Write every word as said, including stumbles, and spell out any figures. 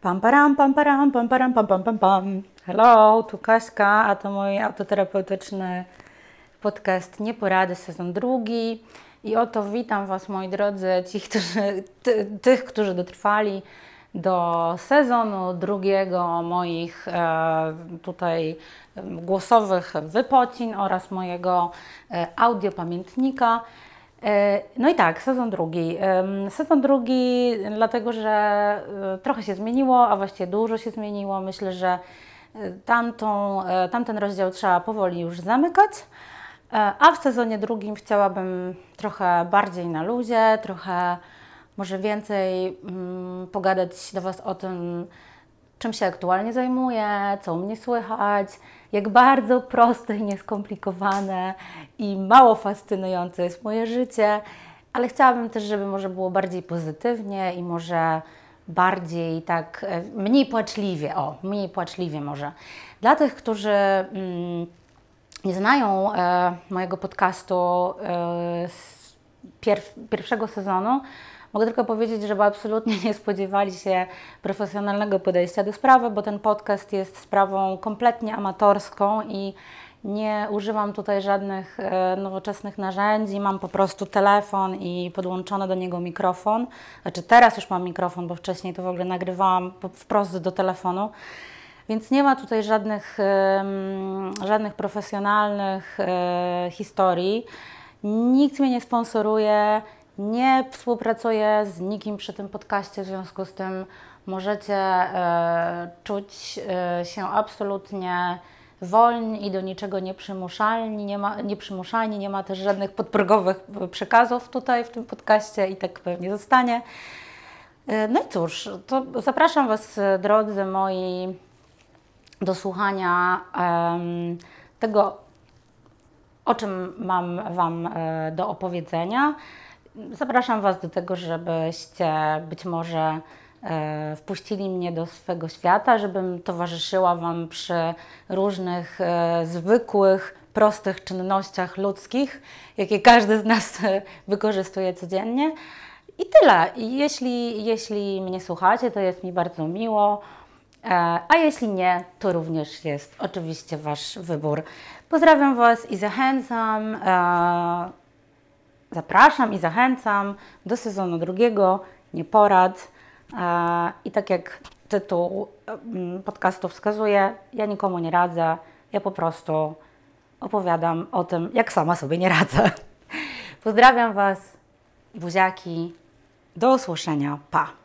Pam param, pam param, pam param, pam pam pam pam. Hello, tu Kaśka, a to mój autoterapeutyczny podcast Nieporady, sezon drugi. I oto witam Was, moi drodzy, ci, którzy, ty, tych, którzy dotrwali do sezonu drugiego moich e, tutaj głosowych wypocin oraz mojego e, audiopamiętnika. No i tak, sezon drugi. Sezon drugi, dlatego że trochę się zmieniło, a właściwie dużo się zmieniło. Myślę, że tamtą, tamten rozdział trzeba powoli już zamykać. A w sezonie drugim chciałabym trochę bardziej na luzie, trochę może więcej um, pogadać do Was o tym, czym się aktualnie zajmuję, co u mnie słychać, jak bardzo proste i nieskomplikowane i mało fascynujące jest moje życie, ale chciałabym też, żeby może było bardziej pozytywnie i może bardziej tak, mniej płaczliwie, o, mniej płaczliwie może. Dla tych, którzy mm, nie znają e, mojego podcastu e, z pierw, pierwszego sezonu, mogę tylko powiedzieć, żeby absolutnie nie spodziewali się profesjonalnego podejścia do sprawy, bo ten podcast jest sprawą kompletnie amatorską i nie używam tutaj żadnych e, nowoczesnych narzędzi. Mam po prostu telefon i podłączony do niego mikrofon. Znaczy teraz już mam mikrofon, bo wcześniej to w ogóle nagrywałam wprost do telefonu. Więc nie ma tutaj żadnych, e, żadnych profesjonalnych e, historii. Nikt mnie nie sponsoruje. Nie współpracuję z nikim przy tym podcaście, w związku z tym możecie e, czuć e, się absolutnie wolni i do niczego nieprzymuszalni. Nie ma, nieprzymuszalni, nie ma też żadnych podprogowych przekazów tutaj w tym podcaście i tak pewnie zostanie. E, no i cóż, to zapraszam Was, drodzy moi, do słuchania e, tego, o czym mam Wam e, do opowiedzenia. Zapraszam Was do tego, żebyście być może e, wpuścili mnie do swego świata, żebym towarzyszyła Wam przy różnych e, zwykłych, prostych czynnościach ludzkich, jakie każdy z nas e, wykorzystuje codziennie. I tyle. I jeśli, jeśli mnie słuchacie, to jest mi bardzo miło, e, a jeśli nie, to również jest oczywiście Wasz wybór. Pozdrawiam Was i zachęcam. E, Zapraszam i zachęcam do sezonu drugiego Nieporad. I tak jak tytuł podcastu wskazuje, ja nikomu nie radzę, ja po prostu opowiadam o tym, jak sama sobie nie radzę. Pozdrawiam Was, buziaki, do usłyszenia, pa!